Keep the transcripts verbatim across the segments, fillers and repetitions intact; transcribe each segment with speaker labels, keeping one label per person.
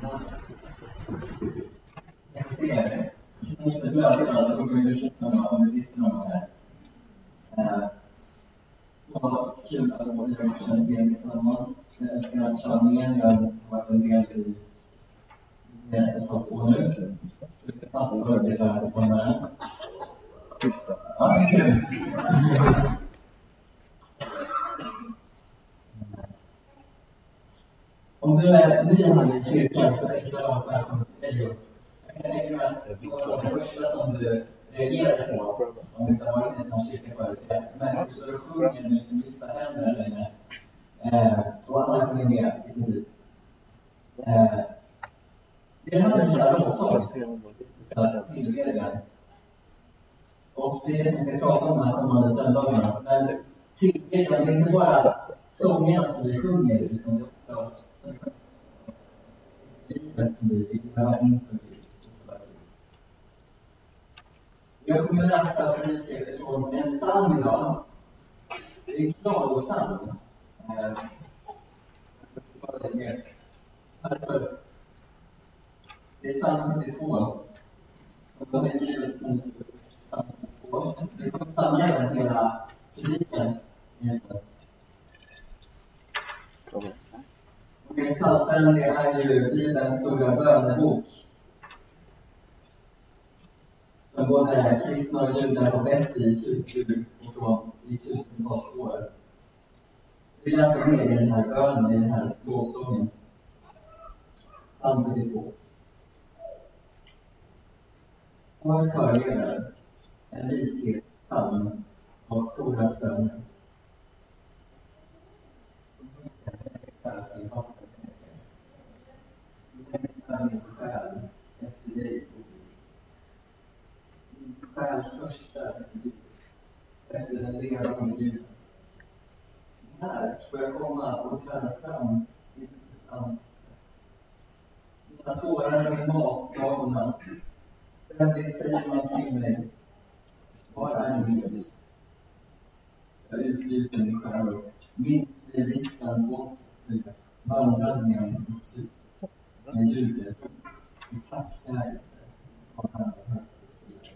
Speaker 1: Jag ser det. Jag är inte glömd alltså på grund av ursäkterna om du visste något här. Så kul att få göra gudstjänsten tillsammans. Jag älskar församlingen. Jag har varit en del i ett och ett halvt år nu. Det passar för det här till sommaren. Ja, det är kul. Om du är ny här i kyrkan så är det extra varmt välkommen till dig. Jag kan tänka mig att det var det första som du reagerade på om du inte har varit i en sån kyrka förut. Människor så sjunger med liksom lyfta händer där inne. Eh, och alla kommer med i princip. Eh, det är en massa nya lovsång. Tillbedjan. Och det är det som vi ska prata om de här kommande söndagarna. Men tillbedjan, det är inte bara sångerna som vi sjunger, utan det är också livet som vi behöver inför Gud. Jag kommer läsa predikan från en psalm idag. Det är en klagopsalm. Det är psalm fyrtiotvå. Som de är livets musik. Vi kommer stanna över hela predikan. Och en psaltaren, det är ju Bibelns stora bönebok. Som både kristna och judar har bett i tjugo och från i tusentals år. Vi läser med i den här bönen, i den här lovsången. Psalm fyrtiotvå. För körledare, en vishetssalm av Koras söner. Sin själ efter dig, din själ törstar efter Gud, efter den levande Gud. När får jag komma och träda fram i ditt ansikte? Mina tårar är min mat dag och natt. Ständigt säger man till mig, var är Gud? Jag utgjuter min själ, minst blir riktan folkets vandringen mot slut. Med jubel, med tacksägelse, av hans högtidsliv.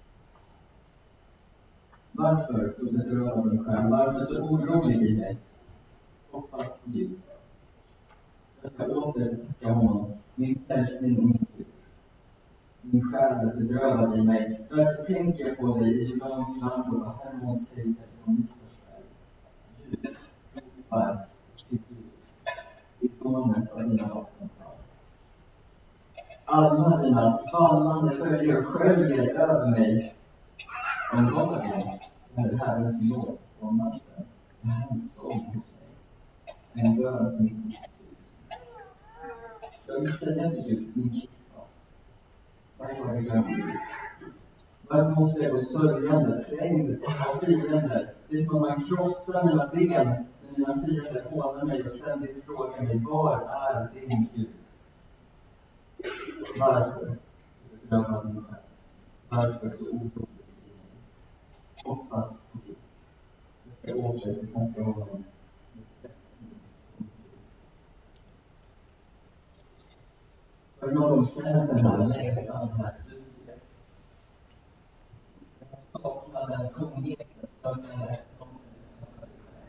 Speaker 1: Varför så bedrövad min själ? Varför så orolig i mig? Hoppas på Gud. Jag ska åter tacka honom, min frälsning och min Gud. Min själ är bedrövad i mig. Därför tänker jag på dig i Judans land och Hermons höjder som Misars berg. Gud ropar till Gud i dånet av dina vattenfall. Alla dina svallande böljor sköljer över mig. Om dagen så är Herrens lov om natten, och hans sång hos mig. En bön till mitt liv. Jag vill säga till Gud, min klippa. Varför har jag glömt Gud? Varför måste jag gå sörjande, trängd av fiender? Det är som om man krossar mina ben när mina fiender hånar mig och ständigt frågar mig, var är din Gud? Varför? Varför så orolig? Hoppas på Gud. Jag ska åter tacka honom. För någon känner den här längtan, den här suget. Jag saknar den tomheten, sökande efter någonting utanför dig själv.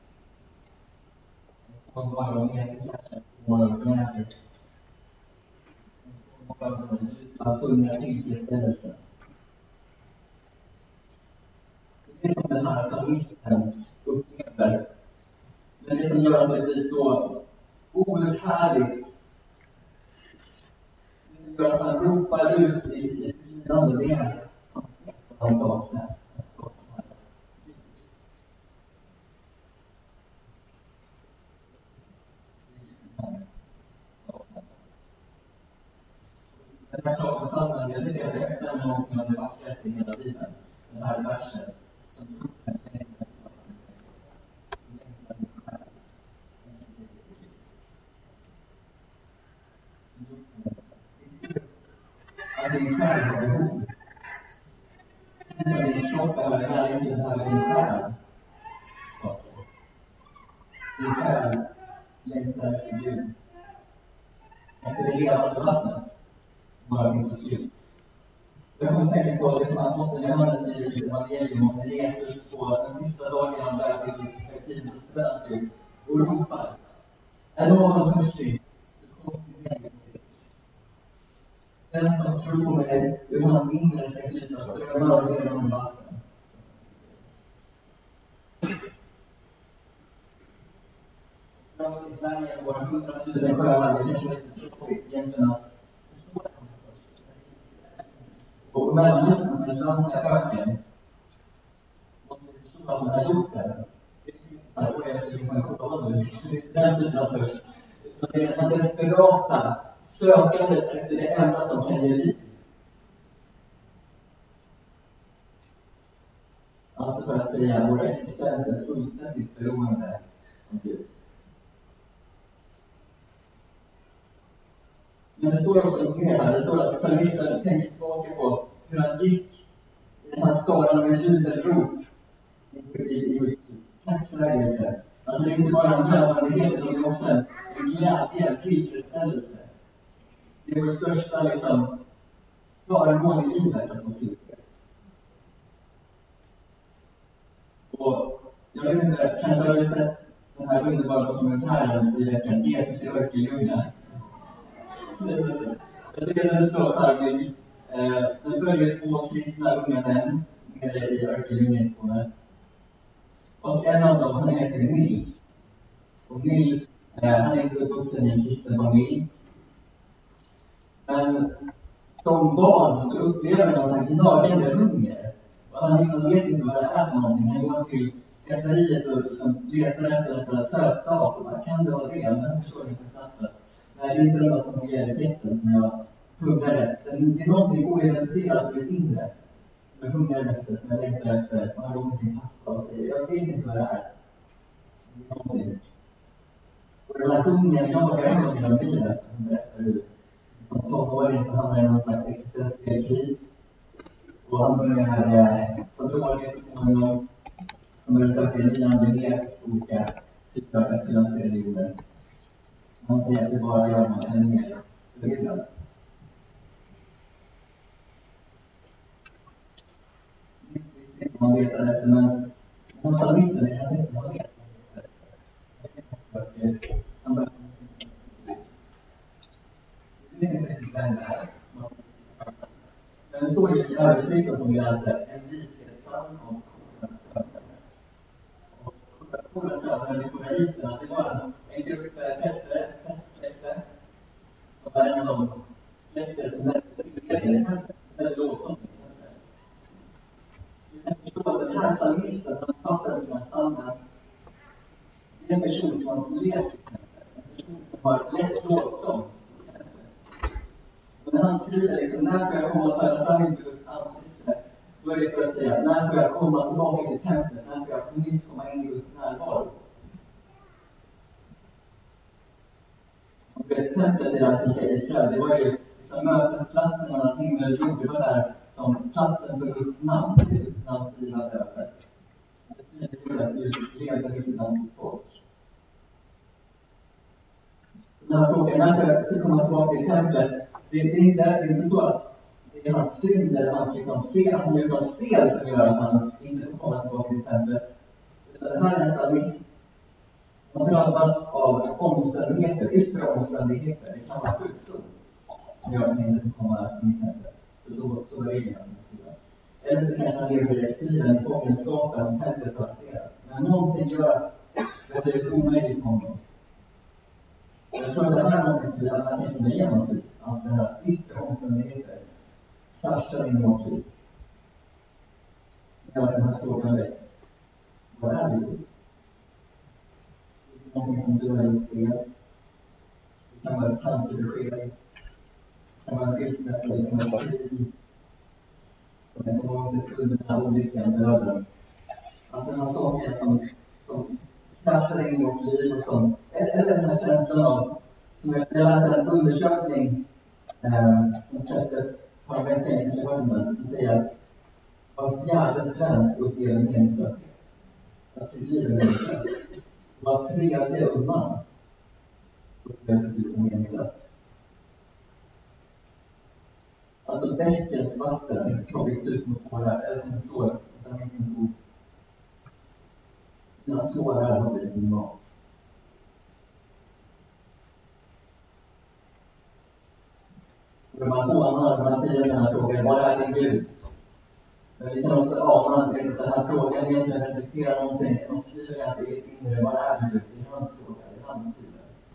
Speaker 1: Om bara de egen kanske våra glädje. Om bara de djupa, tunga tillfredsställelsen. Det är som den här psalmisten upplever. Men det som gör att det blir så outhärdligt, det som gör att han ropar ut i, i stridande, det är att han saknar. Den här saknadssalmen, jag tycker att det är någonting av det vackraste i hela Bibeln. Den här versen som ropar längtar till längtar till själ. Att din själ har behov. Precis som din kropp behöver näring så behöver din själ saker. Din själ längtar till Gud. efter det levande vattnet som bara finns hos Gud. Jag kommer tänka på det som aposteln Johannes säger i sitt evangelium om Jesus på den sista dagen han bär till högtiden så ställer han sig ut och ropar: är någon törstig? Så kom till mig. Den som tror på mig, ur hans inre ska flyta strömmar av levande vatten. För oss i Sverige, våra hundratusen sjöar, det kanske inte så egentligen att förstå det. Och Mellanöstern som är ett land med öken måste förstå att man har gjort det. Det är inte så här, och jag skulle kunna kolla nu. Det är den typen av törst. Det är den desperata sökandet efter det enda som kan ge liv. Alltså för att säga att vår existens är fullständigt beroende av Gud. Men det står också mer här, det står att psalmisten tänker tillbaka på hur han gick i den här skaran med jubelrop i Guds tacksägelse. Alltså det är inte bara en nödvändighet, utan det är också en glädje, tillfredsställelse. Det är vår största liksom föremål i livet att få till det. Och jag vet inte, kanske har du sett den här underbara dokumentären i veckan, Jesus i Örkelljunga. Jag tycker den är så charmig. Den följer två kristna unga män nere i Örkelljunga i Skåne. Och en av dem, han heter Nils. Och Nils, han är inte uppvuxen i en kristen familj. Men som barn så upplever han en gnagande hunger. Och han liksom vet inte vad det är för någonting. Han går till skafferiet och liksom letar efter en sötsak. Och bara, kan det vara det? Men jag förstår inte snabbt. Nej, det är inte något som ger i texten som jag hungrar efter. Det är någonting oidentifierat i mitt inre. Som jag hungrar efter, som jag längtar efter. Och han går med sin pappa och säger, jag vet inte vad det är. Det är någonting. Och den här hungern jagar honom genom livet. Han berättar hur som tonåring så hamnar i någon slags existentiell kris. Och han börjar få dåligt så småningom. Han börjar söka en ny andlighet, olika typer av västerländska religioner. Han säger att det bara gör man ännu mer förvirrad. Visst, visst inte man vet efter, men han psalmisten är kanske inte som man vet. Han börjar det är inte riktigt vem det är. Men det står i överskriften som vi läste, en vishetssalm om Korens söner. Och Korens söner, eller koraiterna, det var en grupp präster, prästsläkter, som var en av de släkter som hade väldigt lovsång. Vi kan förstå att den här psalmisten, han passar den här psalmen, det är en person som har levt i templet, en person som har lett lovsång. Och när han skriver liksom, när får jag komma och föra fram inför Guds ansikte? Då är det för att säga, när får jag komma tillbaka till templet? När får jag på nytt komma in i Guds närvaro? Och ett templet i det antika Israel, det var ju liksom mötesplatsen mellan himmel och jord. Det var där som platsen för Guds namn, Guds namn firade över. Det betyder att Gud levde mitt bland sitt folk. Den här frågan, när får jag komma tillbaka till templet? Det är inte, det är inte så att det är hans synd eller hans liksom fel, han gör något fel som gör att han inte får komma tillbaka till templet. Utan det här är en psalmist som har drabbats av omständigheter, yttre omständigheter. Det kan vara sjukdom som gör att han inte får komma in i templet. För så, så är det inga som är. Eller så kanske han lever i exilen i fångenskapen om templet har passerats. Men någonting gör att det blir omöjligt för honom. Jag tror att det här är något som vi alla kan känna igen oss i. Alltså det här yttre omständigheter kraschar in i vårt liv. Så gör den här frågan väcks. Vad är det? Det är någonting som du har gjort fel. Det kan vara ett cancerbesked. Det kan vara en skilsmässa. Det kan vara krig. Och den ekonomiska skulden, olyckan, döden. Alltså den här saken som, som kraschar in i vårt liv och som, eller den här känslan av, som jag läste en undersökning eh, som släpptes förra veckan i Köpenhamn som säger att var fjärde svensk upplever meningslöshet. Att sitt liv är meningslöst. Var tredje ung man upplever sitt liv som meningslöst. Alltså bäckens vatten har byggts ut mot tårar, eller som det står i psalmistens ord. Dina tårar har blivit min mat. Och man hånar, man säger den här frågan, vad är din Gud? Men vi kan också ana att den här frågan egentligen reflekterar någonting, något skriver i hans eget inre, vad är din Gud? Det är hans fråga, det är hans Gud.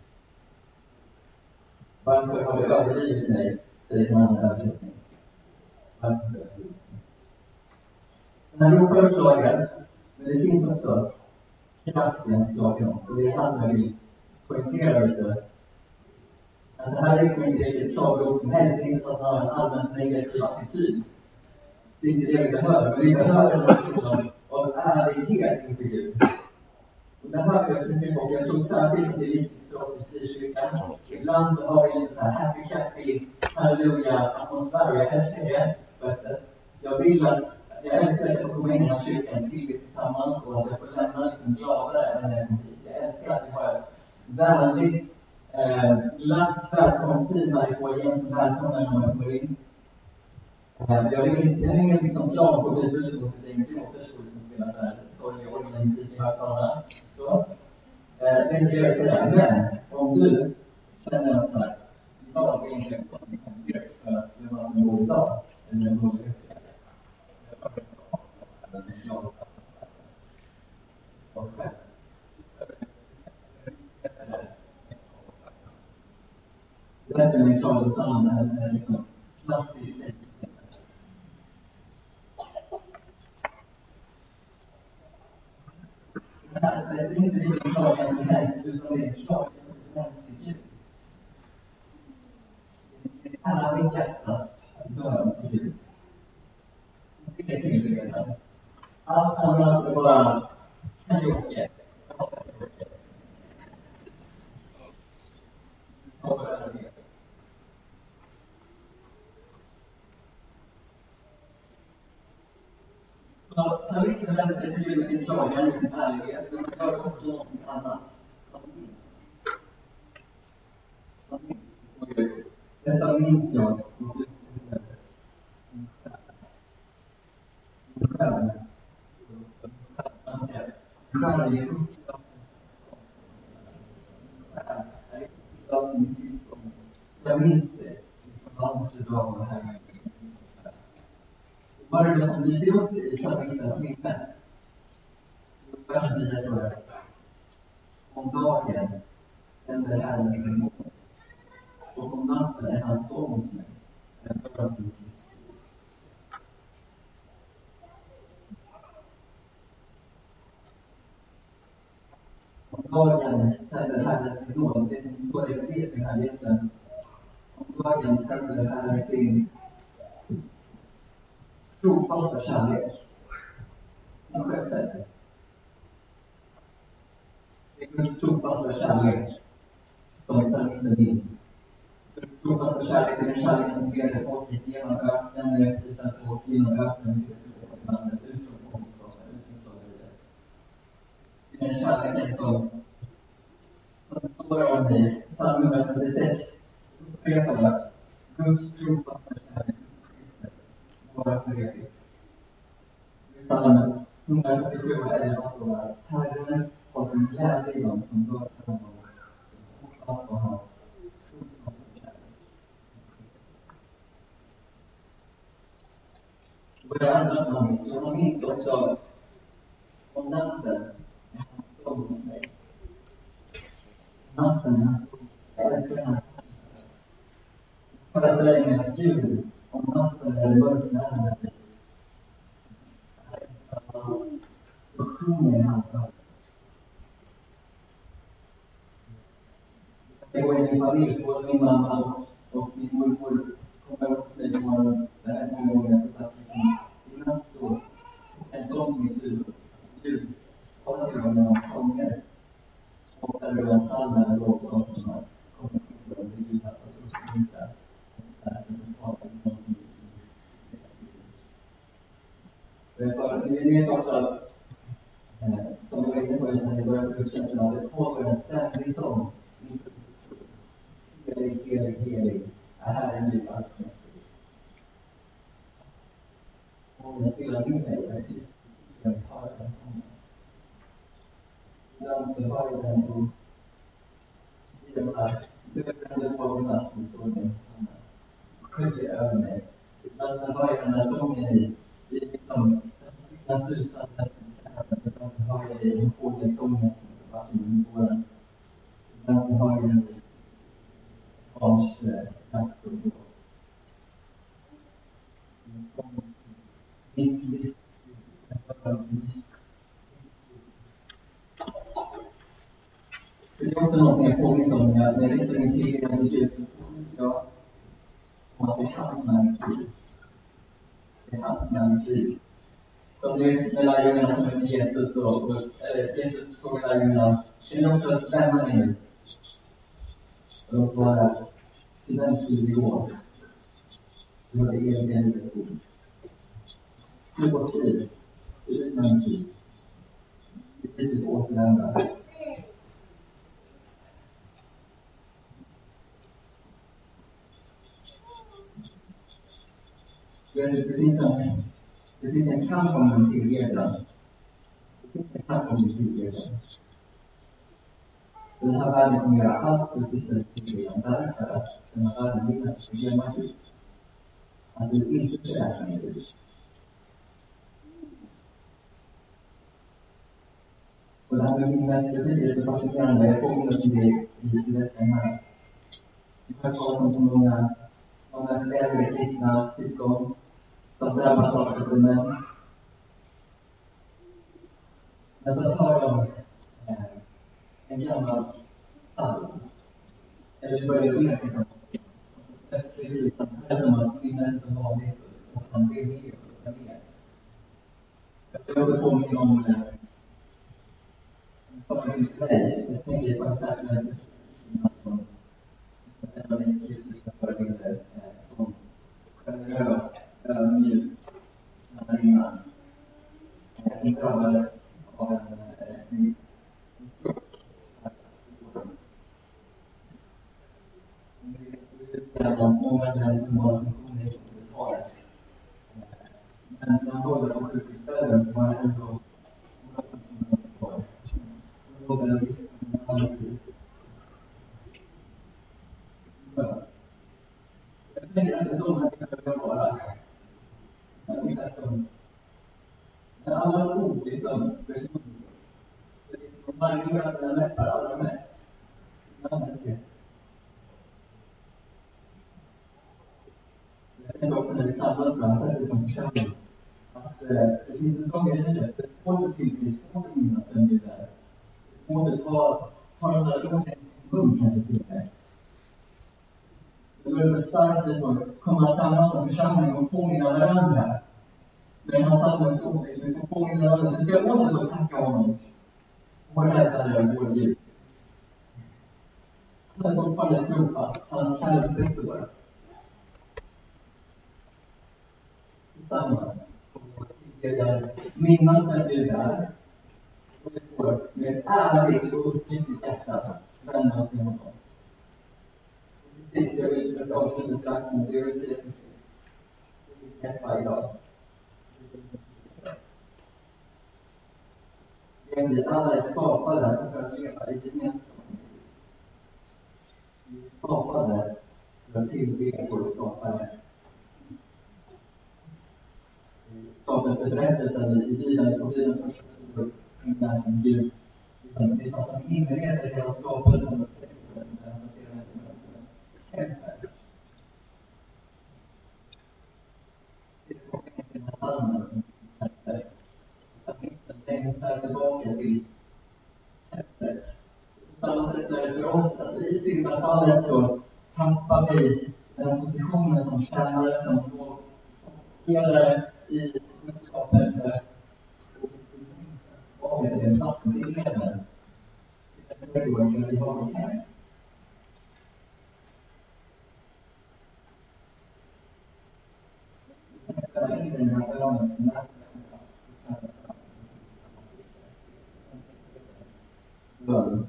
Speaker 1: Varför har du övergivit mig? Säger en annan översättning. Varför har du övergivit mig? Den här ropar och klagar, men det finns också kraft i hans klagan. Och det är han som jag vill poängtera lite. Att det här är liksom inte riktigt klagrop som helst, det är inte så att man har en allmänt negativ attityd. Det är inte det vi behöver, men vi behöver en attityd av ärlighet inför Gud. Och det här jag tycker och jag tror särskilt att det är viktigt för oss i frikyrkan. Ibland så har vi lite så här happy chappy, halleluja atmosfär. Jag älskar det på ett sätt. Jag vill att, jag älskar att jag får komma in i den här kyrkan till vi tillsammans och att jag får lämna liksom gladare än när jag kom hit. Jag älskar att vi har ett vänligt, eh, glatt välkomsttid när vi får igen som välkomnar när man kommer in. Eh, jag vill inte, jag hänger liksom klar på bibeln och det är en gråterskol som spelar så här sorglig orgelmusik i högtalarna. Så, eh, tänkte jag säga, men om du känner att så här, idag är inte en konflikt för att du har en god dag, eller en god vecka. Och själv. Därför är min klagosalm är liksom klassisk. Det är inte vilken klagan som helst, utan det är en klagan som helst till Gud. Det är alla mitt hjärtas bön till Gud. Det är tillbedjan. Allt annat ska vara karaoke. Så psalmisten vänder sig till Gud med sin klagan och sin ärlighet, men han gör också något annat. Han minns. Han minns. Detta minns jag och utövades. Min själ. Han säger, själ är upplösningstillstånd. Jag minns det. Allt idag var här. Vad är det som dyker upp i psalmistens minne? Vers nio står det. Om dagen sänder Herren sin nåd, och om natten är hans sov hos mig. En bön till Kristus. Om dagen sänder Herren sin nåd, det som står i Efesierbrevet. Om dagen sänder Herren sin trofasta kärlek. Kanske jag säger. Det är Guds trofasta kärlek som psalmisten minns. Guds trofasta kärlek är den kärleken som leder folket genom öknen, med Israels folk genom öknen till det landet, ut från fångenskapen, ut från slaveriet. Det är den kärleken som, som står om i psalm etthundratrettiosex. Upprepas Guds trofasta kärlek. Vara för evigt. I psalmen etthundrafyrtiosju och elva står det: Herren har sin glädje i dem som bör honom, som hoppas på hans trofasta kärlek. Och det andra som han minns, och han minns också om natten är hans sov hos mig. Natten är hans sov hos mig. Jag älskar den här. Föreställer mig att Gud, om natten är mörk närmare mig, så sjunger han för oss. Jag går in i min familj, både min mamma och min mormor kommer ofta till morgonen. Det här är många gånger att jag satt liksom i natt så en sång i mitt huvud. Gud, hålla till med några sånger. Och där det var en psalm eller lovsång som har kommit till och det gillar att uppmuntra. Vi vet också att, eh, som jag var inne på när vi började gudstjänsten, att det pågår en ständig sång inför Guds tron. Helig, helig, helig är Herren Gud allsmäktig. Om jag spelar in mig, jag är tyst, jag hör den sången. Ibland så hör jag den och i de här dödande frågorna som sången som sköljer över mig. Ibland så hör jag den här sången i, i liksom, den susar den även. Ibland så hör jag det i fågelsången som är så vacker i våren. Ibland så hör jag den i barns skratt och gråt. En sång, mitt liv, det är också något jag påminns om när jag riktar min seger till Gud, så påminns jag om att det är hans människor. Det är hans människor. Som det är med lärjungarna som mötte Jesus och, och eller, Jesus frågar lärjungarna, är det också att lämna mig? Och de svarar, till den tid vi går. Så var det eviga livets ord. Det är vårt tid. Det är just människor. Det är lite återvända. Det finns en, det finns en kamp om en tillredare. Det finns en kamp om en tillredare. Den här världen kommer göra allt för att du ska tillredaren. Därför att den här världen vill att du ska glömma Gud. Att du inte ska räkna med Gud. Och det här med min människor är så fascinerande. Jag påminner om det i veckan här. Vi har talat om så många, många äldre kristna syskon som drabbas av sjukdomen. Men så hör de eh, en gammal psalm. Eller det börjar med liksom. Plötsligt blir det som att kvinnan är som vanligt och han blir mer och mer. Jag vill också påminna om en förebild för mig. Jag tänker på en särskild som en av mina kristna förebilder som generös, ödmjuk innan som drabbades av en stroke. Det är en småvärdare som var funktioner i försvaret. Men när han låg där på sjukhusbädden så var det ändå kvar. Så låg där och lyssnade med alla tid. Jag tänker att det är så man kan behöva vara. Ungefär som när alla ord liksom personligt. Så det är som varje gång jag läppar allra mest. Jag tänker också när vi samlas med sättet som församling. Att eh, det finns en sån grej i det. Det är svårt att tillbli, svårt att minnas vem Gud är. Det är svårt att ta, ta de där orden i mun kanske till och med. Det är så starkt att komma samman som församling och påminna varandra. Men han satt en skog, liksom, vi får påminna varandra. Du ska åter då tacka honom. Vår räddare och vår Gud. Han är fortfarande trofast. Hans kärlek består. Tillsammans. Och minnas vem Gud är. Och vi får med ett ärligt och uppriktigt hjärta vända oss till honom. Precis, jag vill jag ska avsluta strax med det jag vill säga precis. Det vill jag varje dag. Vi alla är skapade för att leva i gemenskap. Vi är skapade för att tillbe vår skapare. Skapelseberättelsen i Bibelns och Bibelns första skolor är som Gud. Det är så att han inreder hela skapelsen och den baserar med som en tempel. Det är frågan till den här salmen som sätter salmisten längtar tillbaka till templet. På samma sätt så är det för oss att i syndafallet så tappar vi den positionen som tjänare, som får spelare i skapelse och av den platsen i leden. Det är då vi ska ha hem. Jag spelar in den här bönen som är bön.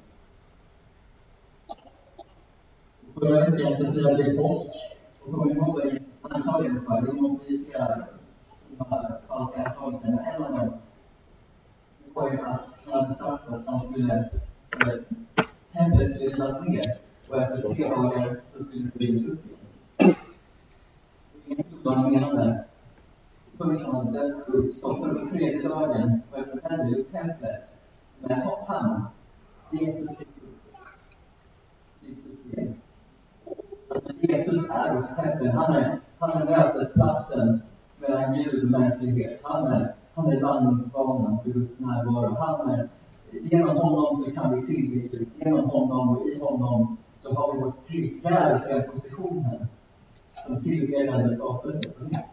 Speaker 1: Förra veckan så firade vi påsk. Och kommer ni ihåg vad Jesus anklagades för? Det måste bli flera de här falska anklagelserna. En av dem var ju att han hade sagt att han skulle, eller templet skulle rivas ner och efter tre dagar så skulle det byggas upp igen. Ingen tog vad han menade. Först han hade dött och uppstått för på tredje dagen var det så hände i templet som är han, Jesus Kristus. Jesus, alltså, Jesus är vårt tempel. Han är, han är mötesplatsen mellan Gud och mänsklighet. Han är, han är landningsbanan för Guds närvaro. Han är, genom honom så kan vi tillbe Gud. Genom honom och i honom så har vi vårt tillträde till den positionen som tillbedjande skapelse på nytt.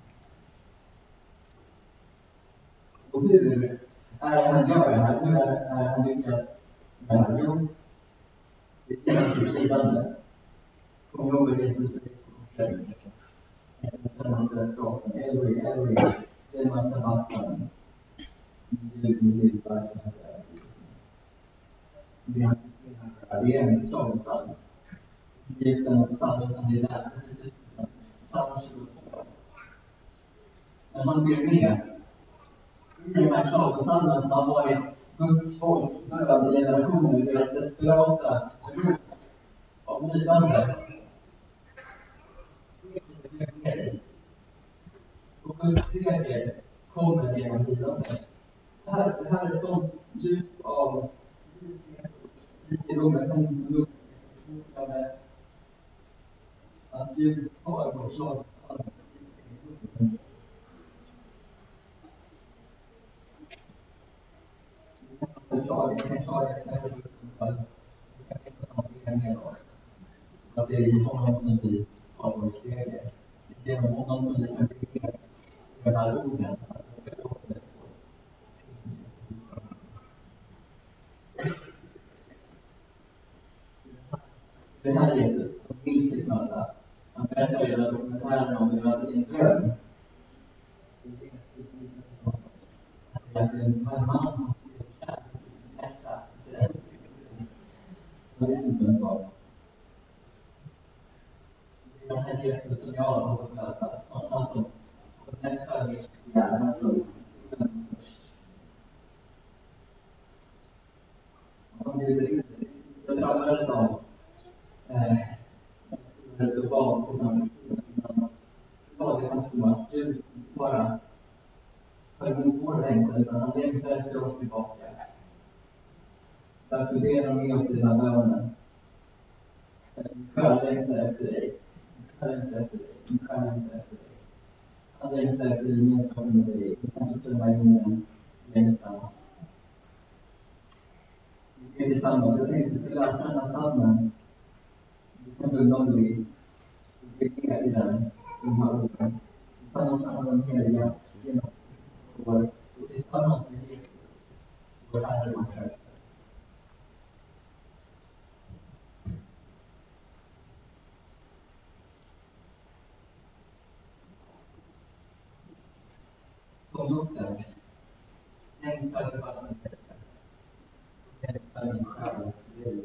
Speaker 1: Och hur är det han gör det här? Hur är det han lyckas med det här? Jo, det är sitt lidande. Kommer ihåg vad Jesus säger på korset? Den senaste frasen. Eloi, Eloi, lema sabachthani. Gud, min liv, verkligen är det. Han citerar det är en klagosam. Just den psalmen som vi läste precis. Psalm tjugotvå. Men han blir med i de här klagosalmerna som har varit Guds folks bön i generationer, deras desperata rop av lidande. Och Guds seger kommer genom lidande. Det här, det här är sånt djup av rikedomen, sånt djup av att Gud har vår klagosalm i sin grupp. Jag kan klara det här för jag kan inte ha mer med oss. Att det är i honom som vi har vår seger. Det är genom honom som vi kan bli med de här orden. Det här Jesus som vill sig möta. Han berättar ju att dokumentären om det var en dröm. Det är precis som att det var en man som det var den här Jesus som jag har fått möta, han som mättar mitt hjärna som först. Jag drabbades av ett globalt på samma tid innan. Det var det faktum att Gud bara tar emot vår längtan, utan han längtar efter oss tillbaka. Därför ber de med oss i den här bönen. Jag längtar efter dig. Jag längtar efter dig. Jag längtar efter dig. Jag längtar efter gemenskapen med dig. Jag kan inte ställa in en längtan. Vi är tillsammans. Jag tänkte att vi ska läsa den här psalmen. Vi kan börja om vi ber i den. De här orden. Tillsammans med alla de heliga. Genom vår. Och tillsammans med Jesus. Vår Herre och Frälsare. Som luktar, längtar det vatten täcker, längtar min själ för dig.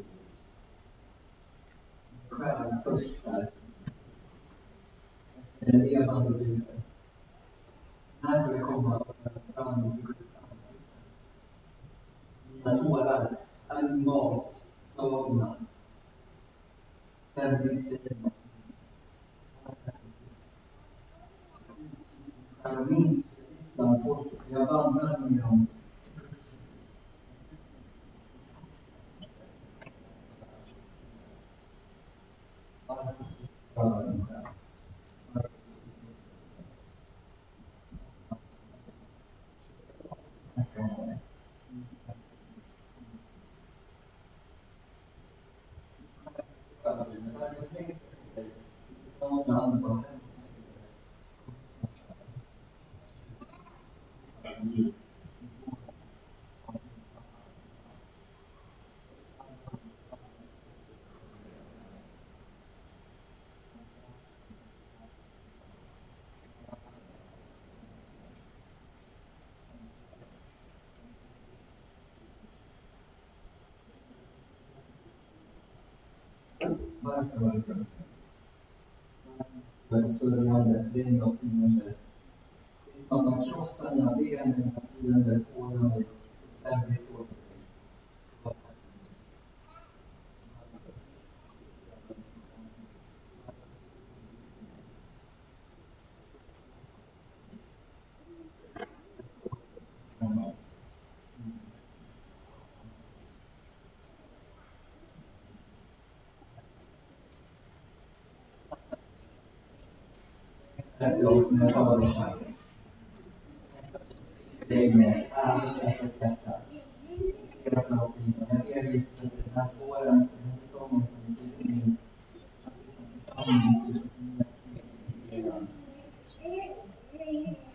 Speaker 1: Min själ törstar efter en levande Bibel. När får jag komma och fram inför Guds ansikte? Mina tårar är min mat dag och natt. Ständigt säger man jag minns bland folket. Jag vandrar som genom Guds hus. Varför så prövar den själv? Varför så Varför var det för? För så det hade det och finner sig. Att man krossar mina ben, mina fiender på den och ständigt får. Los mejores años. De mercado, Deras la opinión. Había visto que la fuera en esas zonas en que